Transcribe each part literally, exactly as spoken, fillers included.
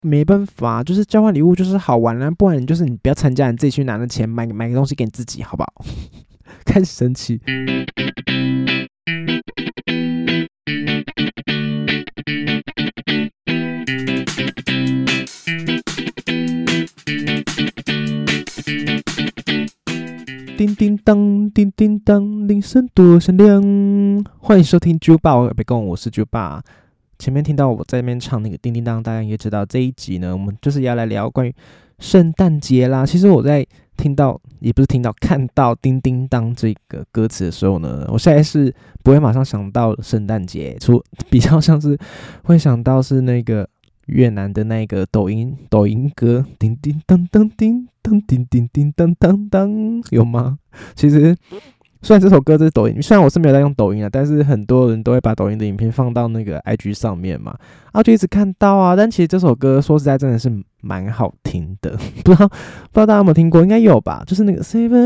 没办法，就是交换礼物就是好玩啊，不然你就是你不要参加，你自己去拿那钱买买个东西给你自己，好不好？开始生气。叮叮当，叮叮当，铃声多响亮。欢迎收听啾爸，我别跟我是啾爸。前面听到我在那边唱那个叮叮当，大家也知道这一集呢，我们就是要来聊关于圣诞节啦。其实我在听到，也不是听到，看到叮叮当这个歌词的时候呢，我现在是不会马上想到圣诞节，除比较像是会想到是那个越南的那个抖音抖音歌，叮叮当当叮当叮叮叮当当当，有吗？其实虽然这首歌是抖音，虽然我是没有在用抖音啊，但是很多人都会把抖音的影片放到那个 I G 上面嘛，啊就一直看到啊。但其实这首歌说实在真的是蛮好听的，不知道不知道大家有没有听过？应该有吧？就是那个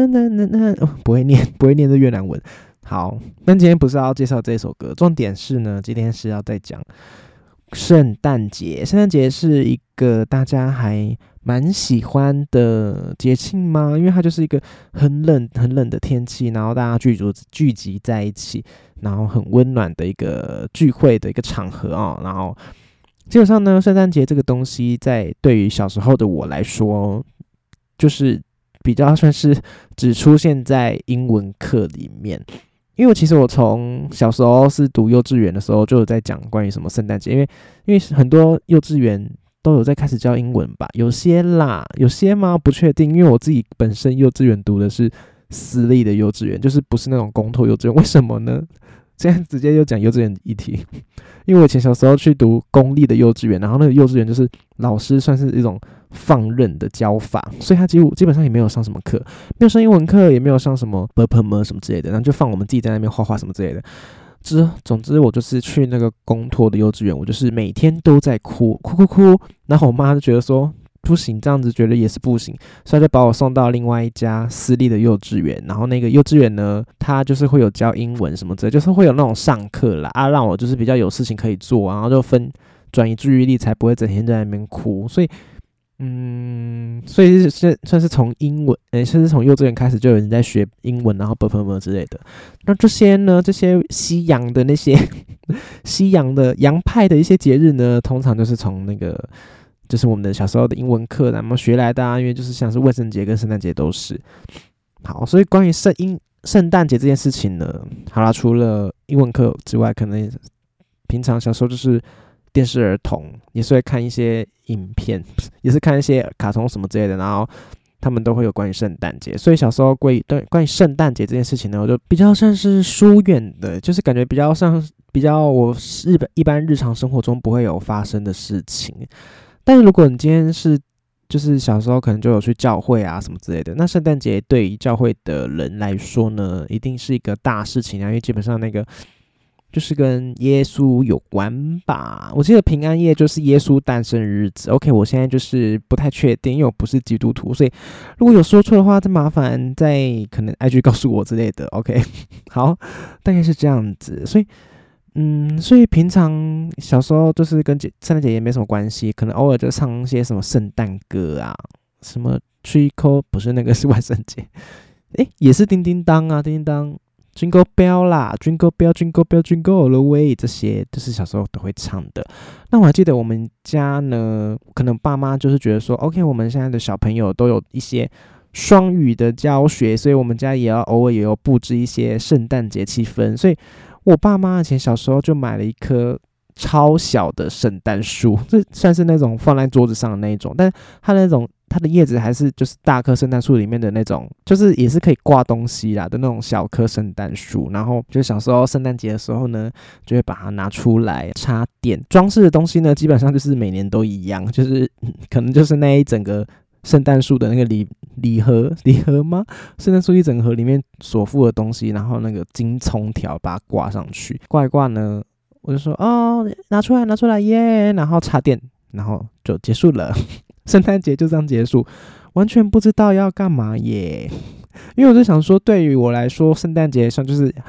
seven 哦，不会念不会念这越南文。好，但今天不是要介绍这首歌，重点是呢，今天是要在讲圣诞节。圣诞节是一个大家还蛮喜欢的节庆吗？因为它就是一个很冷很冷的天气，然后大家聚聚集在一起，然后很温暖的一个聚会的一个场合哦。然后基本上呢，圣诞节这个东西在对于小时候的我来说，就是比较算是只出现在英文课里面。因为其实我从小时候是读幼稚园的时候就有在讲关于什么圣诞节，因为因为很多幼稚园都有在开始教英文吧，有些啦，有些吗？不确定，因为我自己本身幼稚园读的是私立的幼稚园，就是不是那种公托幼稚园。为什么呢？现在直接就讲幼稚园议题，因为我以前小时候去读公立的幼稚园，然后那个幼稚园就是老师算是一种放任的教法，所以他几乎基本上也没有上什么课，没有上英文课，也没有上什么 b p m 什么之类的，然后就放我们自己在那边画画什么之类的。之总之我就是去那个公托的幼稚园，我就是每天都在哭哭哭哭，然后我妈就觉得说不行，这样子觉得也是不行，所以就把我送到另外一家私立的幼稚园。然后那个幼稚园呢，它就是会有教英文什么之类，就是会有那种上课啦啊，让我就是比较有事情可以做，然后就分转移注意力，才不会整天在那边哭。所以，嗯，所以是算是从英文，诶、欸，甚至从幼稚园开始就有人在学英文，然后 b p m 之类的。那这些呢，这些西洋的那些西洋的洋派的一些节日呢，通常就是从那个。就是我们的小时候的英文课，然后学来的啊，因为就是像是万圣节跟圣诞节都是。好，所以关于圣英圣诞节这件事情呢，好啦，除了英文课之外，可能平常小时候就是电视儿童，也是会看一些影片，也是看一些卡通什么之类的，然后他们都会有关于圣诞节。所以小时候关于对关于圣诞节这件事情呢，我就比较像是疏远的，就是感觉比较像比较我日本一般日常生活中不会有发生的事情。但是如果你今天是就是小时候可能就有去教会啊什么之类的，那圣诞节对于教会的人来说呢，一定是一个大事情啊，因为基本上那个就是跟耶稣有关吧。我记得平安夜就是耶稣诞生的日子。OK， 我现在就是不太确定，因为我不是基督徒，所以如果有说错的话，再麻烦再可能 I G 告诉我之类的。OK， 好，大概是这样子，所以。嗯，所以平常小时候就是跟圣诞节也没什么关系，可能偶尔就唱一些什么圣诞歌啊，什么 Trick 不是那个是万圣节，诶，也是叮叮当啊，叮叮当 Jingle Bell 啦 ，Jingle Bell Jingle Bell Jingle All the Way， 这些就是小时候都会唱的。那我还记得我们家呢，可能爸妈就是觉得说 ，OK， 我们现在的小朋友都有一些双语的教学，所以我们家也要偶尔也有布置一些圣诞节气氛，所以。我爸妈以前小时候就买了一棵超小的圣诞树，这算是那种放在桌子上的那一种，但它那种它的叶子还是就是大棵圣诞树里面的那种，就是也是可以挂东西啦的那种小棵圣诞树。然后就是小时候圣诞节的时候呢，就会把它拿出来插电，装饰的东西呢，基本上就是每年都一样，就是可能就是那一整个。圣诞树的那个礼礼盒礼盒吗？圣诞树一整盒里面所附的东西，然后那个金葱条把它挂上去，挂一挂呢，我就说哦，拿出来拿出来耶，然后插电，然后就结束了。圣诞节就这样结束，完全不知道要干嘛耶。因为我就想说，对于我来说，圣诞节像就是很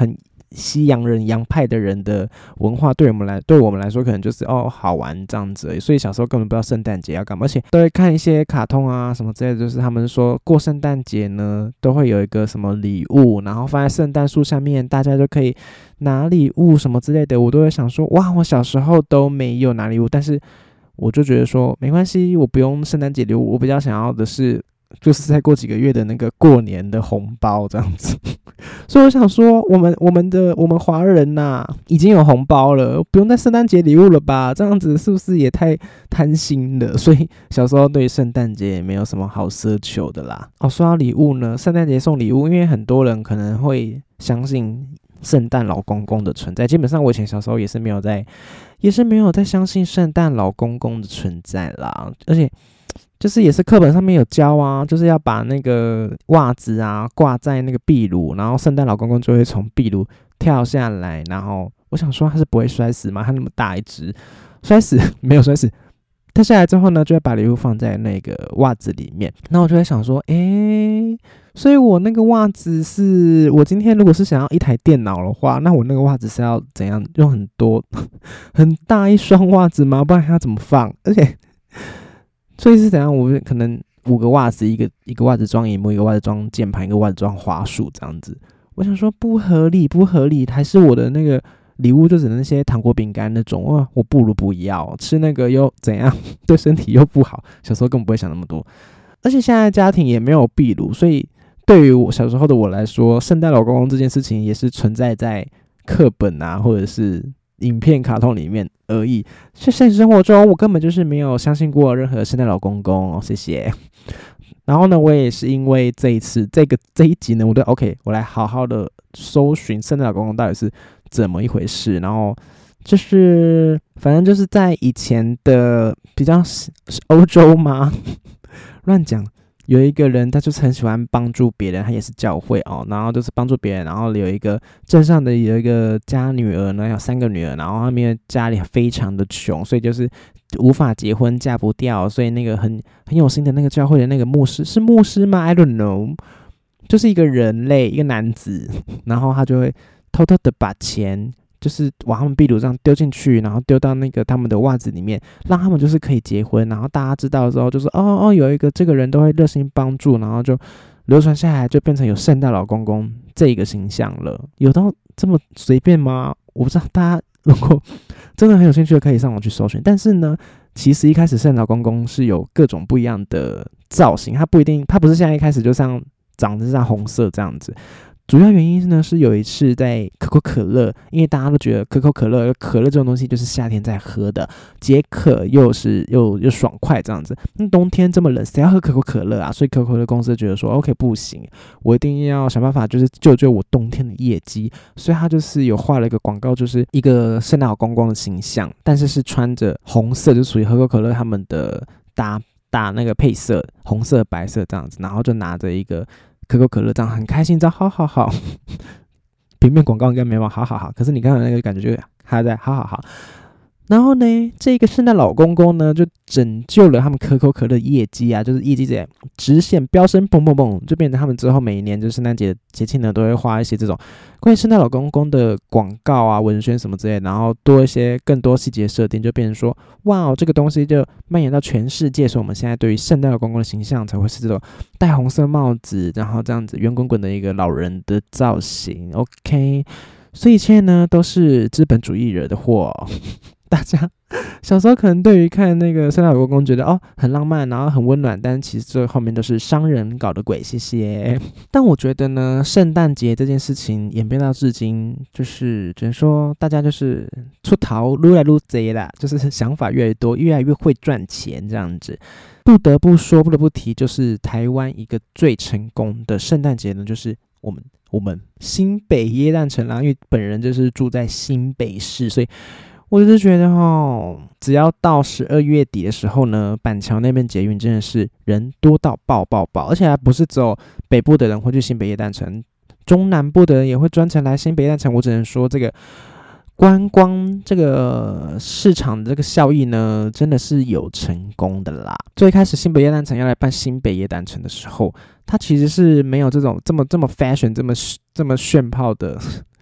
西洋人洋派的人的文化，对我们来对我们来说可能就是哦好玩这样子而已，所以小时候根本不知道圣诞节要干嘛，而且都会看一些卡通啊什么之类的，就是他们说过圣诞节呢都会有一个什么礼物，然后放在圣诞树下面，大家就可以拿礼物什么之类的，我都会想说哇，我小时候都没有拿礼物，但是我就觉得说没关系，我不用圣诞节礼物，我比较想要的是就是再过几个月的那个过年的红包这样子。所以我想说我们我们的我们华人呐、啊、已经有红包了，不用再圣诞节礼物了吧，这样子是不是也太贪心了？所以小时候对圣诞节也没有什么好奢求的啦。哦，说到礼物呢，圣诞节送礼物，因为很多人可能会相信圣诞老公公的存在，基本上我以前小时候也是没有在也是没有在相信圣诞老公公的存在啦，而且就是也是课本上面有教啊，就是要把那个袜子啊挂在那个壁炉，然后圣诞老公公就会从壁炉跳下来，然后我想说他是不会摔死吗？他那么大一只，摔死没有摔死，跳下来之后呢，就会把礼物放在那个袜子里面。那我就在想说，诶，所以我那个袜子是我今天如果是想要一台电脑的话，那我那个袜子是要怎样用很多很大一双袜子吗？不然要怎么放？而且所以是怎样？我可能五个袜子，一个一个袜子装萤幕，一个袜子装键盘，一个袜子装滑鼠这样子。我想说不合理，不合理，还是我的那个礼物就只能那些糖果饼干那种，哇，我不如不要吃那个又怎样，对身体又不好。小时候根本不会想那么多，而且现在家庭也没有壁炉，所以对于我小时候的我来说，圣诞老公公这件事情也是存在在课本啊，或者是影片卡通里面而已。在现实生活中我根本就是没有相信过任何圣诞老公公哦，谢谢。然后呢，我也是因为这一次这个这一集呢，我就 OK， 我来好好的搜寻圣诞老公公到底是怎么一回事。然后就是反正就是在以前的比较欧洲嘛，乱讲。有一个人他就是很喜欢帮助别人，他也是教会哦，然后就是帮助别人，然后有一个镇上的有一个家女儿呢，有三个女儿，然后他们家里非常的穷，所以就是无法结婚，嫁不掉，所以那个很很有心的那个教会的那个牧师，是牧师吗 ？I don't know， 就是一个人类，一个男子，然后他就会偷偷的把钱就是往他们壁炉上丢进去，然后丢到那个他们的袜子里面，让他们就是可以结婚。然后大家知道之后，就是哦哦，有一个这个人都会热心帮助，然后就流传下来，就变成有圣诞老公公这个形象了。有到这么随便吗？我不知道，大家如果真的很有兴趣的，可以上网去搜寻。但是呢，其实一开始圣诞老公公是有各种不一样的造型，他不一定，他不是现在一开始就像长得像红色这样子。主要原因呢是有一次在可口可乐，因为大家都觉得可口可乐可乐这种东西就是夏天在喝的，解渴又是又又爽快这样子。那冬天这么冷，谁要喝可口可乐啊？所以可口可乐公司觉得说 OK 不行，我一定要想办法就是救救我冬天的业绩，所以他就是有画了一个广告，就是一个圣诞老公公的形象，但是是穿着红色，就属于可口可乐他们的搭搭那个配色，红色白色这样子，然后就拿着一个可口可乐这样很开心，这样好好好，平面广告应该没有好好好，可是你刚才那个感觉就还在好好好。然后呢，这个圣诞老公公呢，就拯救了他们可口可乐业绩啊，就是业绩在直线飙升，蹦蹦蹦，就变成他们之后每一年就圣诞节节庆呢，都会画一些这种关于圣诞老公公的广告啊、文宣什么之类的，然后多一些更多细节设定，就变成说，哇，这个东西就蔓延到全世界，所以我们现在对于圣诞老公公的形象才会是这种戴红色帽子，然后这样子圆滚滚的一个老人的造型。OK， 所以一切呢都是资本主义惹的祸。大家小时候可能对于看那个圣诞老公公觉得哦很浪漫，然后很温暖，但其实这后面都是商人搞的鬼，谢谢。但我觉得呢，圣诞节这件事情演变到至今，就是只能说大家就是出逃撸来撸贼啦，就是想法越来越多，越来越会赚钱这样子。不得不说，不得不提，就是台湾一个最成功的圣诞节呢，就是我们我们新北耶诞城啦，因为本人就是住在新北市，所以我就是觉得齁，只要到十二月底的时候呢，板桥那边捷运真的是人多到爆爆爆，而且还不是只有北部的人会去新北耶诞城，中南部的人也会专程来新北耶诞城。我只能说，这个观光这个市场的这个效益呢，真的是有成功的啦。最开始新北耶诞城要来办新北耶诞城的时候，它其实是没有这种这么这么 fashion 这么这么炫炮的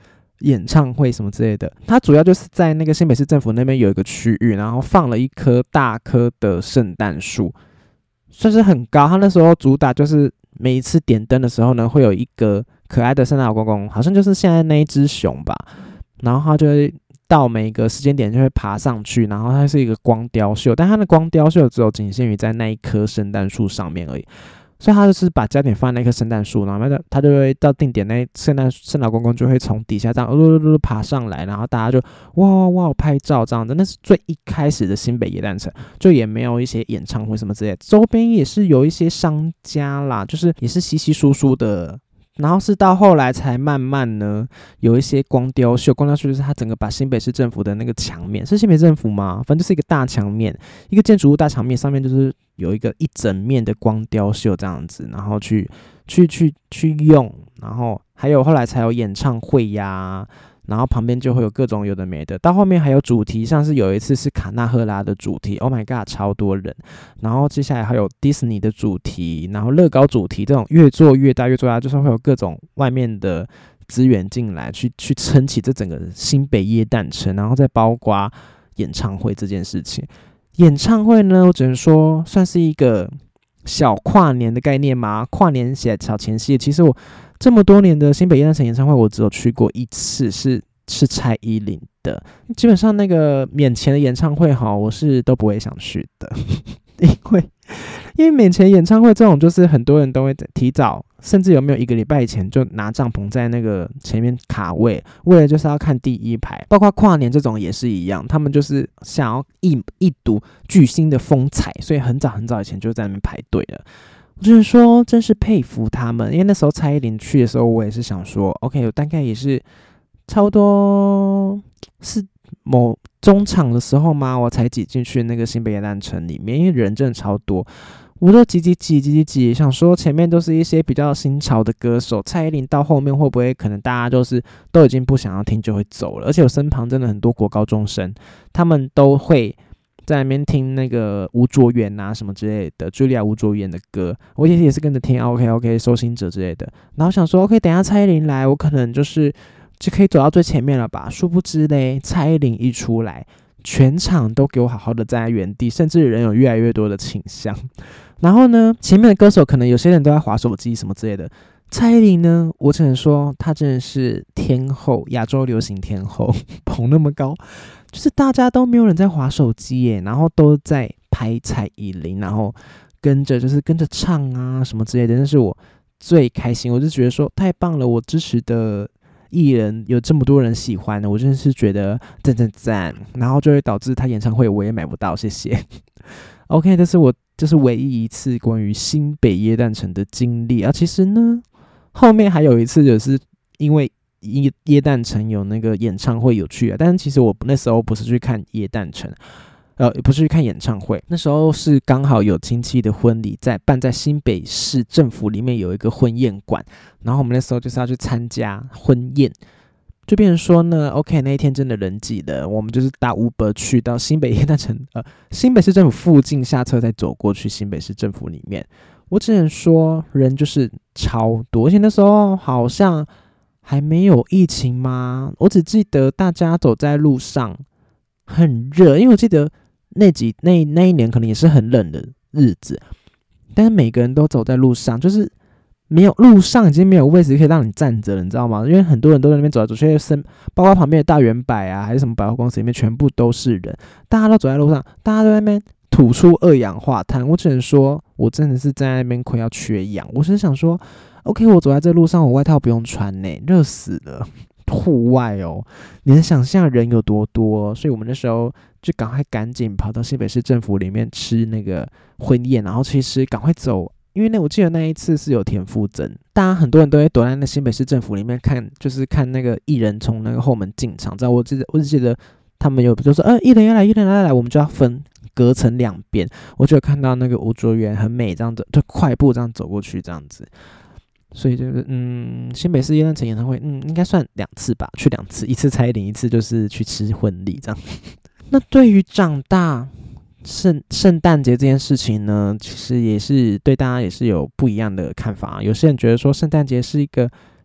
演唱会什么之类的。它主要就是在那个新北市政府那边有一个区域，然后放了一棵大棵的圣诞树，算是很高。它那时候主打就是每一次点灯的时候呢，会有一个可爱的圣诞老公公，好像就是现在那一只熊吧，然后它就会到每个时间点就会爬上去，然后它是一个光雕秀，但它的光雕秀只有仅限于在那一棵圣诞树上面而已。所以他就是把焦点放在那棵圣诞树，然后他就会到定点，那圣诞圣老公公就会从底下这样噜噜噜爬上来，然后大家就哇哇哇拍照这样子。那是最一开始的新北耶诞城，就也没有一些演唱会什么之类的，周边也是有一些商家啦，就是也是稀稀疏疏的。然后是到后来才慢慢呢有一些光雕秀，光雕秀就是它整个把新北市政府的那个墙面，是新北政府吗？反正就是一个大墙面，一个建筑物大墙面，上面就是有一个一整面的光雕秀这样子，然后去去去去用，然后还有后来才有演唱会呀。然后旁边就会有各种有的没的，到后面还有主题，像是有一次是卡纳赫拉的主题 ，Oh my god， 超多人。然后接下来还有迪士尼的主题，然后乐高主题，这种越做越大，越做大，就是会有各种外面的资源进来，去去撑起这整个新北耶诞城，然后再包括演唱会这件事情。演唱会呢，我只能说算是一个小跨年的概念嘛，跨年写小前夕。其实我这么多年的新北耶诞城演唱会，我只有去过一次，是是蔡依林的。基本上那个免钱的演唱会哈，我是都不会想去的，因为因为免钱演唱会这种，就是很多人都会提早，甚至有没有一个礼拜以前就拿帐篷在那个前面卡位，为了就是要看第一排。包括跨年这种也是一样，他们就是想要一一睹巨星的风采，所以很早很早以前就在那边排队了。我只能说，真是佩服他们，因为那时候蔡依林去的时候，我也是想说 ，OK， 我大概也是差不多是某中场的时候嘛，我才挤进去那个新北耶诞城里面，因为人真的超多，我都挤挤挤挤挤挤，想说前面都是一些比较新潮的歌手，蔡依林到后面会不会可能大家就是都已经不想要听就会走了，而且我身旁真的很多国高中生，他们都会在那边听那个吴卓源啊什么之类的，茱莉亚吴卓源的歌，我也也是跟着听 OK OK 收心者之类的。然后想说 OK， 等一下蔡依林来，我可能就是就可以走到最前面了吧？殊不知嘞，蔡依林一出来，全场都给我好好的站在原地，甚至人有越来越多的倾向。然后呢，前面的歌手可能有些人都在滑手机什么之类的。蔡依林呢，我只能说她真的是天后，亚洲流行天后，捧那么高，就是大家都没有人在滑手机耶，然后都在拍蔡依林，然后跟着就是跟着唱啊什么之类的，那是我最开心，我就觉得说太棒了，我支持的艺人有这么多人喜欢的，我真的是觉得赞赞赞，然后就会导致他演唱会我也买不到，谢谢。OK， 这是我这是唯一一次关于新北耶诞城的经历啊。其实呢，后面还有一次就是因为耶诞城有那个演唱会有去啊，但是其实我那时候不是去看耶诞城，呃，不是去看演唱会，那时候是刚好有亲戚的婚礼在办在新北市政府里面有一个婚宴馆，然后我们那时候就是要去参加婚宴。就变成说呢 ，OK， 那一天真的人挤了，我们就是搭 Uber 去到新北耶诞城，呃，新北市政府附近下车，再走过去新北市政府里面。我只能说，人就是超多，而且那时候好像还没有疫情吗？我只记得大家走在路上很热，因为我记得那几那那一年可能也是很冷的日子，但是每个人都走在路上，就是。没有路上已经没有位置可以让你站着了，你知道吗？因为很多人都在那边走来走去，包括旁边的大圆柏啊，还是什么百货公司里面，全部都是人，大家都走在路上，大家都在那边吐出二氧化碳。我只能说，我真的是站在那边快要缺氧。我是想说 ，OK， 我走在这路上，我外套不用穿呢，热死了。户外哦，你能想象人有多多？所以我们那时候就赶快赶紧跑到新北市政府里面吃那个婚宴，然后其实赶快走。因为那我记得那一次是有田馥甄，大家很多人都会躲在那新北市政府里面看，就是看那个艺人从那个后门进场。知道我记得，我只记得他们有就说，呃，艺人要来，艺人要来，我们就要分隔成两边。我就有看到那个吴卓源很美这样子，就快步这样走过去这样子。所以就是嗯，新北市耶诞城演唱会，嗯，应该算两次吧，去两次，一次蔡依林，一次就是去吃婚礼这样。那对于长大。圣圣诞节这件事情呢，其实也是对大家也是有不一样的看法。有些人觉得说圣诞节是一个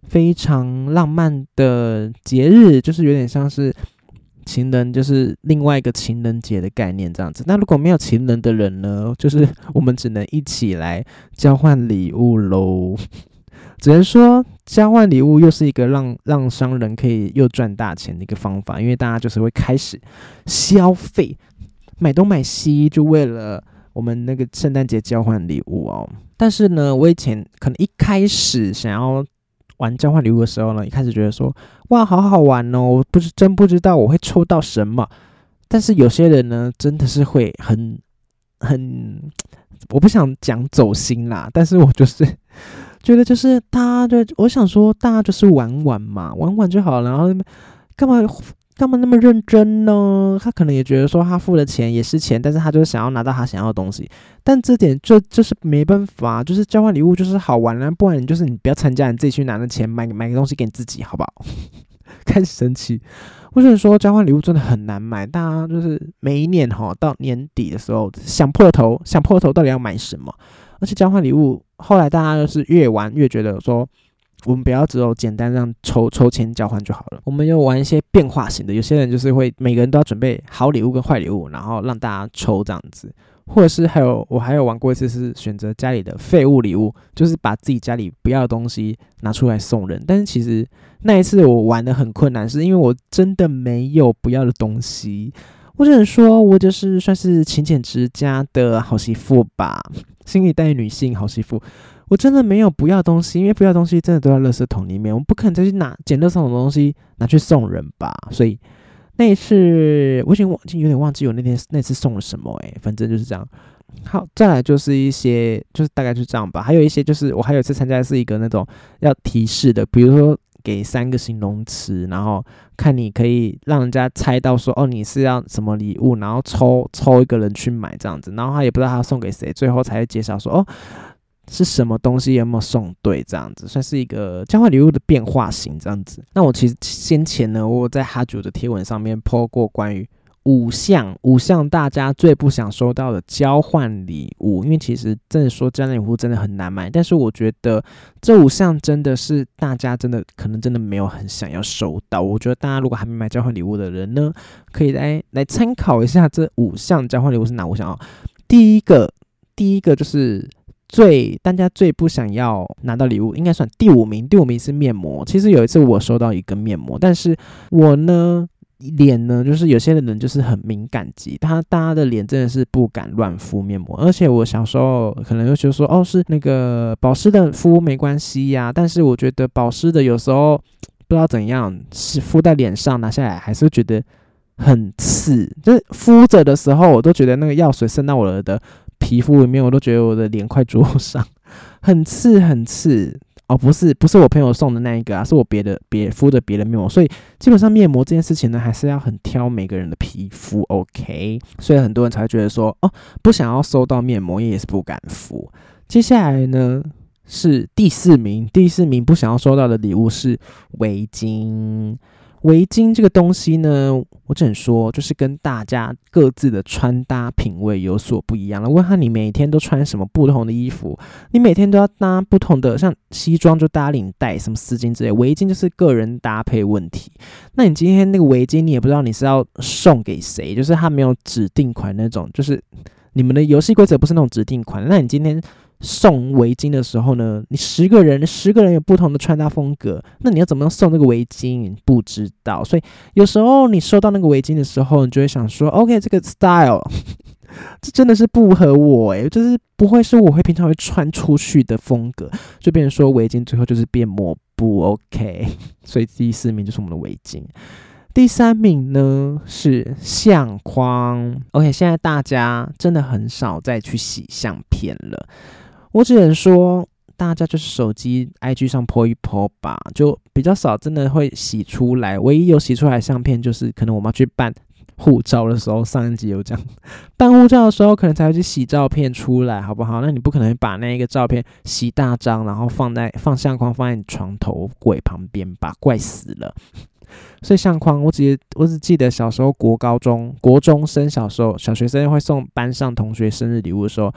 非常浪漫的节日，就是有点像是情人，就是另外一个情人节的概念这样子。那如果没有情人的人呢，就是我们只能一起来交换礼物咯。只能说交换礼物又是一个让让商人可以又赚大钱的一个方法，因为大家就是会开始消费，买东买西，就为了我们那个圣诞节交换礼物哦。但是呢，我以前可能一开始想要玩交换礼物的时候呢，一开始觉得说哇好好玩哦，我不是真不知道我会抽到什么。但是有些人呢，真的是会很很，我不想讲走心啦，但是我就是觉得就是大家就我想说大家就是玩玩嘛，玩玩就好了，然后干嘛干嘛那么认真呢？他可能也觉得说他付的钱也是钱，但是他就是想要拿到他想要的东西。但这点就就是没办法，就是交换礼物就是好玩啊，不然你就是你不要参加，你自己去拿那钱买买个东西给你自己，好不好？开始生气。我只能说交换礼物真的很难买，大家就是每一年齁到年底的时候想破头想破头到底要买什么，而且交换礼物后来大家就是越玩越觉得说我们不要只有简单让抽抽签交换就好了，我们要玩一些变化型的。有些人就是会每个人都要准备好礼物跟坏礼物，然后让大家抽这样子。或者是还有我还有玩过一次是选择家里的废物礼物，就是把自己家里不要的东西拿出来送人。但是其实那一次我玩的很困难，是因为我真的没有不要的东西。我只能说我就是算是勤俭持家的好媳妇吧，新一代女性好媳妇。我真的没有不要的东西，因为不要的东西真的都在垃圾桶里面，我不可能再去拿捡垃圾桶的东西拿去送人吧。所以那一次我已经忘记有点忘记我那天那次送了什么诶、欸，反正就是这样。好，再来就是一些就是大概就这样吧。还有一些就是我还有一次参加的是一个那种要提示的，比如说给三个形容词，然后看你可以让人家猜到说哦你是要什么礼物，然后抽抽一个人去买这样子，然后他也不知道他要送给谁，最后才会介绍说哦是什么东西有没有送对，这样子算是一个交换礼物的变化型这样子。那我其实先前呢，我在哈九的贴文上面 po 过关于五项五项大家最不想收到的交换礼物，因为其实真的说交换礼物真的很难买，但是我觉得这五项真的是大家真的可能真的没有很想要收到。我觉得大家如果还没买交换礼物的人呢，可以来来参考一下这五项交换礼物是哪五项哦。第一个第一个就是最大家最不想要拿到礼物，应该算第五名。第五名是面膜。其实有一次我收到一个面膜，但是我呢脸呢，就是有些人就是很敏感肌，他大家的脸真的是不敢乱敷面膜。而且我小时候可能就觉得说，哦是那个保湿的敷没关系呀、啊，但是我觉得保湿的有时候不知道怎样，是敷在脸上拿下来还是会觉得很刺，就是敷着的时候我都觉得那个药水渗到我的皮肤里面，我都觉得我的脸快灼伤，很刺很刺哦，不是不是我朋友送的那一个啊，是我别的别敷的别的面膜。所以基本上面膜这件事情呢，还是要很挑每个人的皮肤 ，OK？ 所以很多人才会觉得说，哦，不想要收到面膜，也是不敢敷。接下来呢是第四名，第四名不想要收到的礼物是围巾。围巾这个东西呢，我只能说就是跟大家各自的穿搭品味有所不一样了。问他你每天都穿什么不同的衣服，你每天都要搭不同的，像西装就搭领带什么丝巾之类，围巾就是个人搭配问题。那你今天那个围巾你也不知道你是要送给谁，就是他没有指定款那种，就是你们的游戏规则不是那种指定款。那你今天送围巾的时候呢，你十个人十个人有不同的穿搭风格，那你要怎么样送那个围巾你不知道。所以有时候你收到那个围巾的时候，你就会想说 OK 这个 style 这真的是不合我耶，就是不会是我会平常会穿出去的风格，就变成说围巾最后就是变抹布 OK。 所以第四名就是我们的围巾。第三名呢是相框。 OK， 现在大家真的很少再去洗相片了，我只能说大家就是手机 I G 上 po 一 po 吧，就比较少真的会洗出来。唯一有洗出来的相片就是可能我们要去办护照的时候，上一集有讲办护照的时候可能才会去洗照片出来，好不好？那你不可能把那一个照片洗大张然后放在放相框放在你床头柜旁边吧，怪死了。所以相框我只我只记得小时候国高中国中生小时候小学生会送班上同学生日礼物的时候，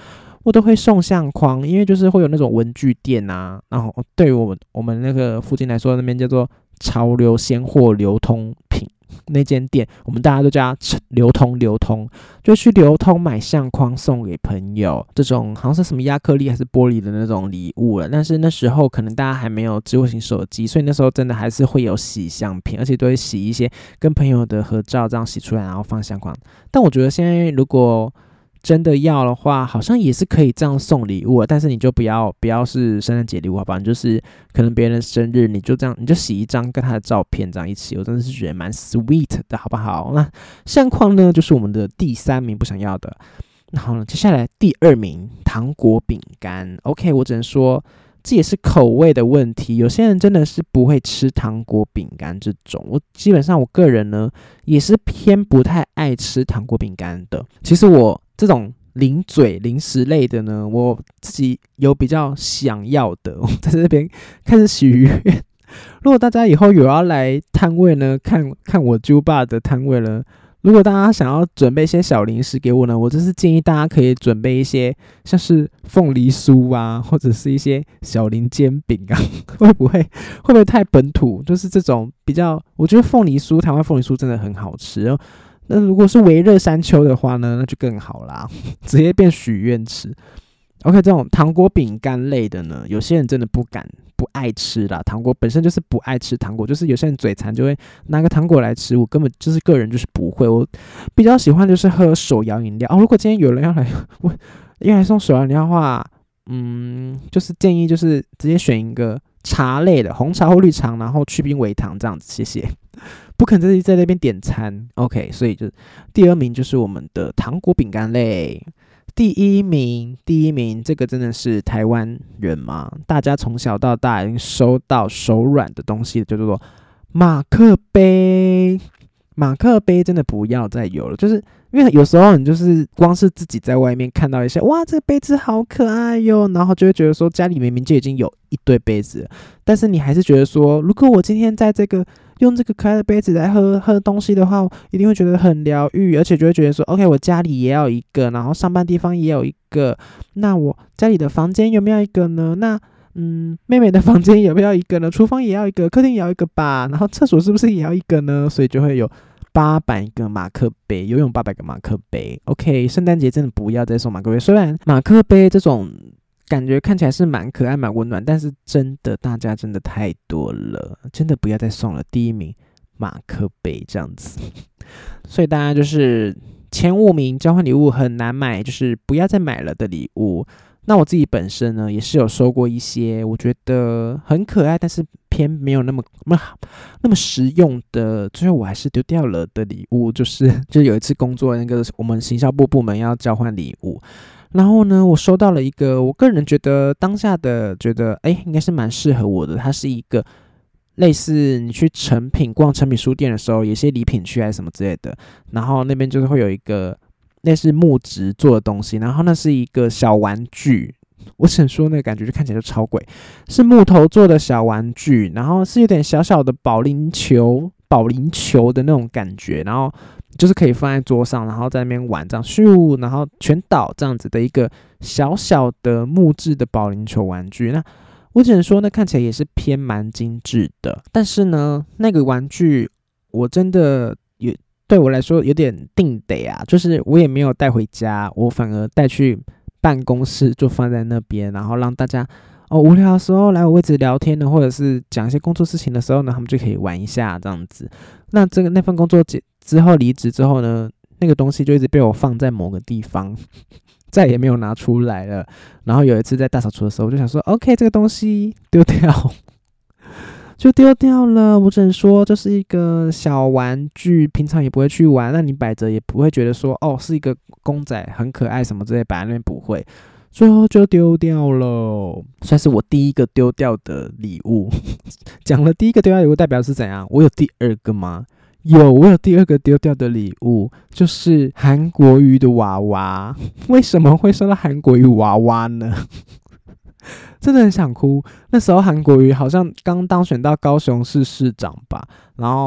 我都会送相框，因为就是会有那种文具店啊，然后对于我们我们那个附近来说，那边叫做潮流鲜货流通品。那间店我们大家都叫它流通流通，就去流通买相框送给朋友，这种好像是什么亚克力还是玻璃的那种礼物了。但是那时候可能大家还没有智慧型手机，所以那时候真的还是会有洗相片，而且都会洗一些跟朋友的合照，这样洗出来然后放相框。但我觉得现在如果真的要的话，好像也是可以这样送礼物，但是你就不要不要是圣诞节礼物，好不好？你就是可能别人的生日，你就这样，你就洗一张跟他的照片这样一起，我真的是觉得蛮 sweet 的，好不好？那相框呢，就是我们的第三名不想要的。然后呢，接下来第二名糖果饼干 ，OK， 我只能说这也是口味的问题，有些人真的是不会吃糖果饼干这种。我基本上我个人呢也是偏不太爱吃糖果饼干的。其实我这种零嘴零食类的呢，我自己有比较想要的，我在这边开始许愿。如果大家以后有要来摊位呢，看看我啾爸的摊位呢，如果大家想要准备一些小零食给我呢，我就是建议大家可以准备一些像是凤梨酥啊，或者是一些小林煎饼啊，会不会会不会太本土？就是这种比较，我觉得凤梨酥，台湾凤梨酥真的很好吃哦。那如果是微热山丘的话呢，那就更好啦，直接变许愿池。OK， 这种糖果饼干类的呢，有些人真的不敢不爱吃啦。糖果本身就是不爱吃糖果，就是有些人嘴馋就会拿个糖果来吃，我根本就是个人就是不会。我比较喜欢就是喝手摇饮料哦。如果今天有人要来，我要来送手摇饮料的话，嗯，就是建议就是直接选一个茶类的，红茶或绿茶，然后去冰微糖这样子，谢谢。不可能在在那边点餐 ，OK， 所以就第二名就是我们的糖果饼干类。第一名，第一名，这个真的是台湾人嘛？大家从小到大已经收到手软的东西，就叫做马克杯。马克杯真的不要再有了，就是因为有时候你就是光是自己在外面看到一些，哇，这个杯子好可爱哟，然后就会觉得说家里明明就已经有一堆杯子了，但是你还是觉得说，如果我今天在这个用这个可爱的杯子来喝喝东西的话，一定会觉得很疗愈，而且就会觉得说 OK， 我家里也要一个，然后上班地方也有一个，那我家里的房间有没有一个呢？那嗯，妹妹的房间有没有一个呢？厨房也要一个，客厅也要一个吧，然后厕所是不是也要一个呢？所以就会有八百个马克杯，游泳八百个马克杯。OK， 圣诞节真的不要再送马克杯，虽然马克杯这种感觉看起来是蛮可爱蛮温暖，但是真的大家真的太多了，真的不要再送了。第一名马克杯这样子，所以大家就是前五名交换礼物很难买，就是不要再买了的礼物。那我自己本身呢，也是有收过一些我觉得很可爱，但是偏没有那么那么那么实用的，最后我还是丢掉了的礼物，就是就是有一次工作那个我们行销部部门要交换礼物，然后呢，我收到了一个我个人觉得当下的觉得哎应该是蛮适合我的，它是一个类似你去诚品逛诚品书店的时候，有些礼品区还是什么之类的，然后那边就是会有一个类似木质做的东西，然后那是一个小玩具，我只能说那个感觉就看起来就超贵，是木头做的小玩具，然后是有点小小的保龄球保龄球的那种感觉，然后就是可以放在桌上，然后在那边玩这样咻，然后全倒这样子的一个小小的木质的保龄球玩具。那我只能说那看起来也是偏蛮精致的，但是呢那个玩具我真的也对我来说有点定得啊，就是我也没有带回家，我反而带去办公室就放在那边，然后让大家哦无聊的时候来我位置聊天呢，或者是讲一些工作事情的时候呢，他们就可以玩一下这样子。那这个那份工作之后离职之后呢，那个东西就一直被我放在某个地方，再也没有拿出来了。然后有一次在大扫除的时候，我就想说 OK 这个东西丢掉就丢掉了，我只能说这是一个小玩具，平常也不会去玩，那你摆着也不会觉得说哦是一个公仔很可爱什么之类，摆在那边不会，最后就丢掉了，算是我第一个丢掉的礼物。讲了第一个丢掉的礼物代表是怎样？我有第二个吗？有，我有第二个丢掉的礼物，就是韩国瑜的娃娃。为什么会收到韩国瑜娃娃呢？真的很想哭。那时候韩国瑜好像刚当选到高雄市市长吧，然后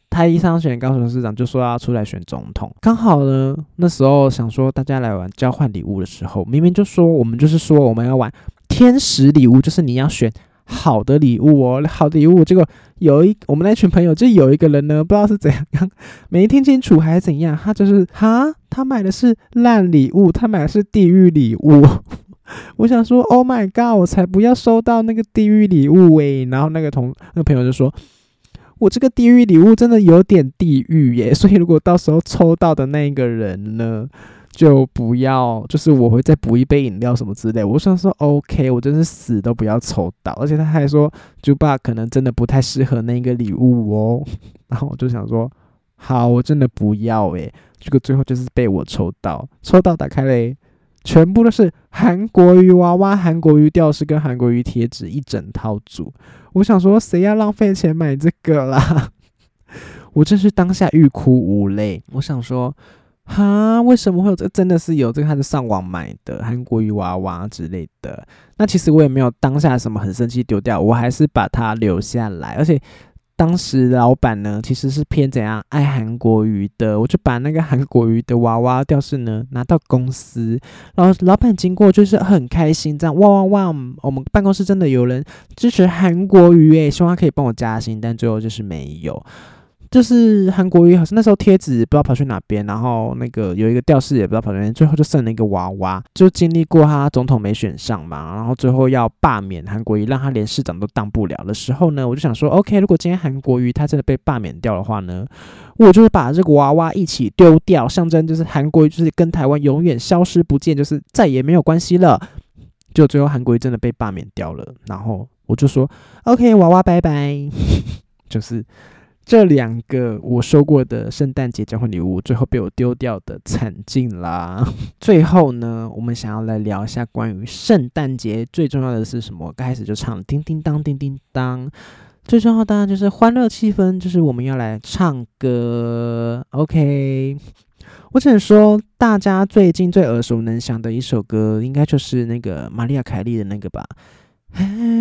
他一上选高雄市长就说要出来选总统，刚好呢那时候想说大家来玩交换礼物的时候，明明就说我们就是说我们要玩天使礼物，就是你要选好的礼物哦，好的礼物。结果有一我们那群朋友就有一个人呢，不知道是怎样，没听清楚还是怎样，他就是哈，他买的是烂礼物，他买的是地狱礼物。我想说 ，Oh my god， 我才不要收到那个地狱礼物诶。然后那个同那个朋友就说，我这个地狱礼物真的有点地狱耶，所以如果到时候抽到的那个人呢，就不要，就是我会再补一杯饮料什么之类。我想说 OK， 我真是死都不要抽到，而且他还说猪爸可能真的不太适合那个礼物哦。然后我就想说，好，我真的不要诶。结果最后就是被我抽到，抽到打开嘞，全部都是韩国瑜娃娃、韩国瑜吊饰跟韩国瑜贴纸一整套组。我想说，谁要浪费钱买这个啦？我真是当下欲哭无泪。我想说，哈，为什么会有这个？真的是有这个，他是上网买的韩国瑜娃娃之类的。那其实我也没有当下什么很生气丢掉，我还是把它留下来，而且。当时老板呢，其实是偏怎样爱韩国瑜的，我就把那个韩国瑜的娃娃吊饰呢拿到公司，然后老板经过就是很开心，这样哇哇哇，我们办公室真的有人支持韩国瑜诶，希望他可以帮我加薪，但最后就是没有。就是韩国瑜好像那时候贴纸不知道跑去哪边，然后那个有一个吊饰也不知道跑去哪边，最后就剩了一个娃娃。就经历过他总统没选上嘛，然后最后要罢免韩国瑜，让他连市长都当不了的时候呢，我就想说 OK， 如果今天韩国瑜他真的被罢免掉的话呢，我就是把这个娃娃一起丢掉，象征就是韩国瑜就是跟台湾永远消失不见，就是再也没有关系了。就最后韩国瑜真的被罢免掉了，然后我就说 OK， 娃娃拜拜。就是这两个我收过的圣诞节交换礼物，最后被我丢掉的惨境啦。最后呢，我们想要来聊一下关于圣诞节最重要的是什么？开始就唱叮叮当叮叮当，最重要当然就是欢乐气氛，就是我们要来唱歌。OK， 我只能说，大家最近最耳熟能详的一首歌，应该就是那个玛丽亚凯莉的那个吧。嗨。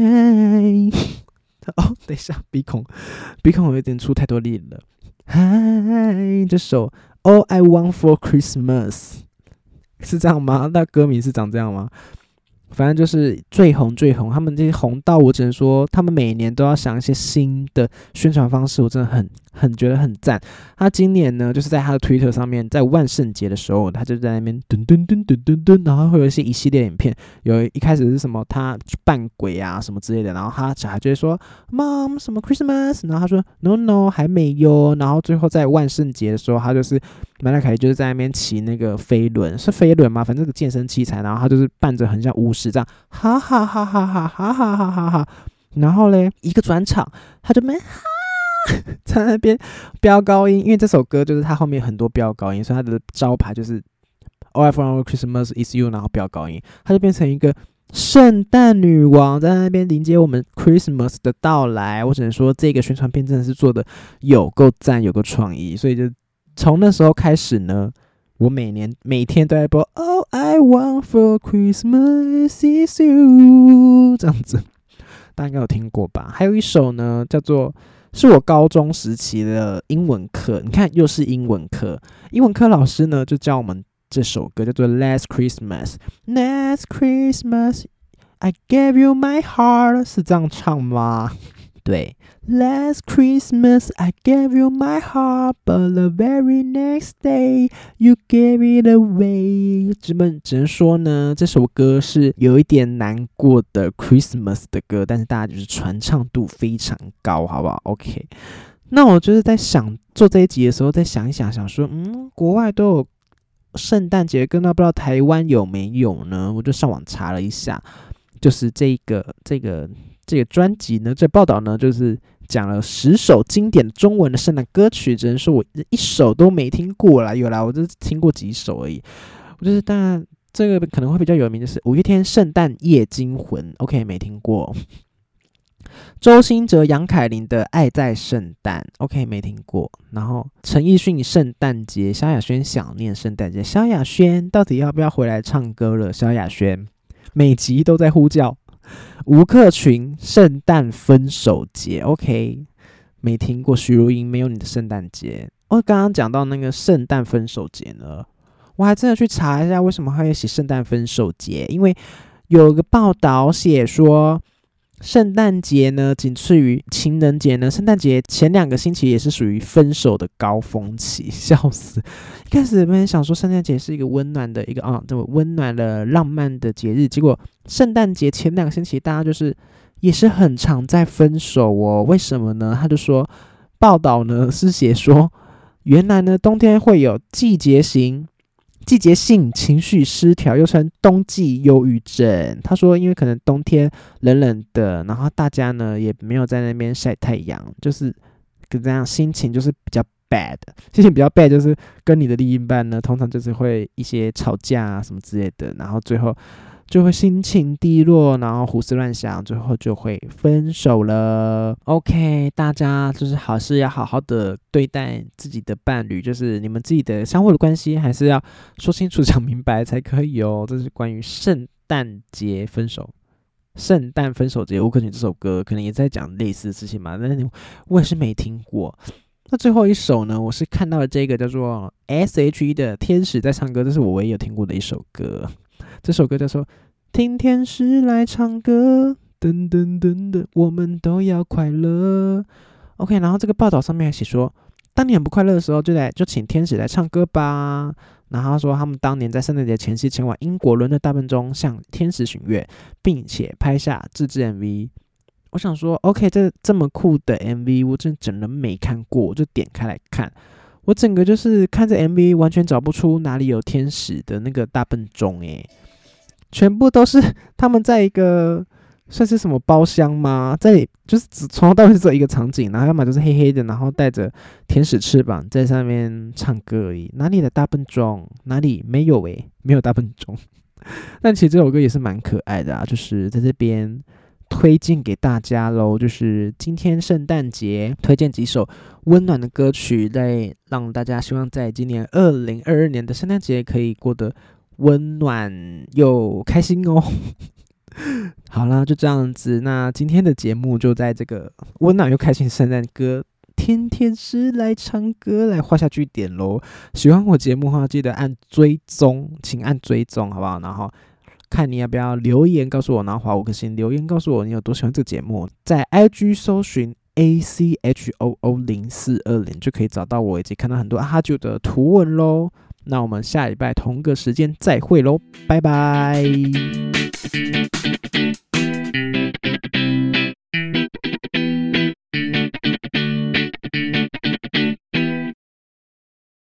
哦，等一下，鼻孔，鼻孔有点出太多力了。嗨，这首 All I Want for Christmas 是这样吗？那歌名是长这样吗？反正就是最红最红，他们这些红到我只能说，他们每年都要想一些新的宣传方式，我真的很很觉得很赞。他今年呢，就是在他的 Twitter 上面，在万圣节的时候，他就在那边噔噔噔噔噔噔，然后会有一些一系列影片，有一开始是什么他去扮鬼啊什么之类的，然后他小孩就会说 Mom 什么 Christmas， 然后他说 No No 还没有，然后最后在万圣节的时候，他就是玛丽凯莉就是在那边骑那个飞轮，是飞轮吗？反正这个健身器材，然后他就是扮着很像巫师这样，哈哈哈哈哈哈哈哈哈哈，然后嘞一个转场，他就没哈。在那边飙高音，因为这首歌就是他后面很多飙高音，所以他的招牌就是 All I Want for Christmas is You， 然后飙高音，他就变成一个圣诞女王在那边迎接我们 Christmas 的到来。我只能说这个宣传片真的是做的有够赞，有够创意，所以就从那时候开始呢，我每年每天都在播 All I Want for Christmas is You 这样子，大家应该有听过吧？还有一首呢，叫做是我高中时期的英文课，你看又是英文课，英文课老师呢就教我们这首歌，叫做 Last Christmas。Last Christmas I gave you my heart， 是这样唱吗？对 ，Last Christmas I gave you my heart, but the very next day you gave it away。只能只能说呢，这首歌是有一点难过的 Christmas 的歌，但是大家就是传唱度非常高，好不好 ？OK， 那我就是在想做这一集的时候，再想一想，想说，嗯，国外都有圣诞节歌，那不知道台湾有没有呢？我就上网查了一下，就是这个这个。这个专辑呢，这报道呢，就是讲了十首经典中文的圣诞歌曲，只能说我一首都没听过啦，有啦，我就听过几首而已。我就是当然这个可能会比较有名，就是五月天《圣诞夜惊魂》 ，OK 没听过。周兴哲、杨凯琳的《爱在圣诞》 ，OK 没听过。然后陈奕迅《圣诞节》，萧亚轩《想念圣诞节》，萧亚轩到底要不要回来唱歌了？萧亚轩每集都在呼叫。吴克群圣诞分手节 ，OK， 没听过许茹芸没有你的圣诞节。我刚刚讲到那个圣诞分手节呢，我还真的去查一下为什么会写圣诞分手节，因为有个报道写说圣诞节呢仅次于情人节呢，圣诞节前两个星期也是属于分手的高峰期，笑死。一开始我们想说圣诞节是一个温暖的一个啊，这么温暖的浪漫的节日，结果圣诞节前两个星期大家就是也是很常在分手哦。为什么呢？他就说报道呢是写说原来呢冬天会有季节型季节性情绪失调，又称冬季忧郁症。他说因为可能冬天冷冷的，然后大家呢也没有在那边晒太阳，就是这样心情就是比较 bad， 心情比较 bad 就是跟你的另一半呢通常就是会一些吵架啊什么之类的，然后最后就会心情低落，然后胡思乱想，最后就会分手了。 OK， 大家就是还是要好好的对待自己的伴侣，就是你们自己的相互的关系还是要说清楚讲明白才可以哦。这是关于圣诞节分手圣诞分手节，我可能这首歌可能也在讲类似的事情嘛，但是我也是没听过。那最后一首呢，我是看到了这个叫做 S H E 的天使在唱歌，这是我唯一有听过的一首歌。这首歌叫做听天使来唱歌，噔噔噔噔，我们都要快乐。 OK， 然后这个报道上面还写说当你很不快乐的时候就来就请天使来唱歌吧。然后他说他们当年在圣诞节前夕前往英国伦敦大笨钟向天使许愿，并且拍下自制 M V。 我想说 OK， 这这么酷的 M V 我真的整人没看过，我就点开来看，我整个就是看着 M V 完全找不出哪里有天使的那个大笨钟耶，全部都是他们在一个算是什么包厢吗？在就是只从头到尾只有一个场景，然后要么就是黑黑的，然后带着天使翅膀在上面唱歌而已。哪里的大笨钟？哪里没有诶、欸？没有大笨钟。但其实这首歌也是蛮可爱的啊，就是在这边推荐给大家咯，就是今天圣诞节推荐几首温暖的歌曲，来让大家希望在今年二零二二年的圣诞节可以过得温暖又开心哦。好啦，就这样子，那今天的节目就在这个温暖又开心的圣诞歌天天是来唱歌来画下句点咯。喜欢我节目的话记得按追踪，请按追踪好不好？然后看你要不要留言告诉我，然后划五颗星留言告诉我你有多喜欢这个节目，在 I G 搜寻 A C H O O 零四二零 就可以找到我，以及看到很多阿哈啾的图文咯。那我们下礼拜同个时间再会咯，拜拜。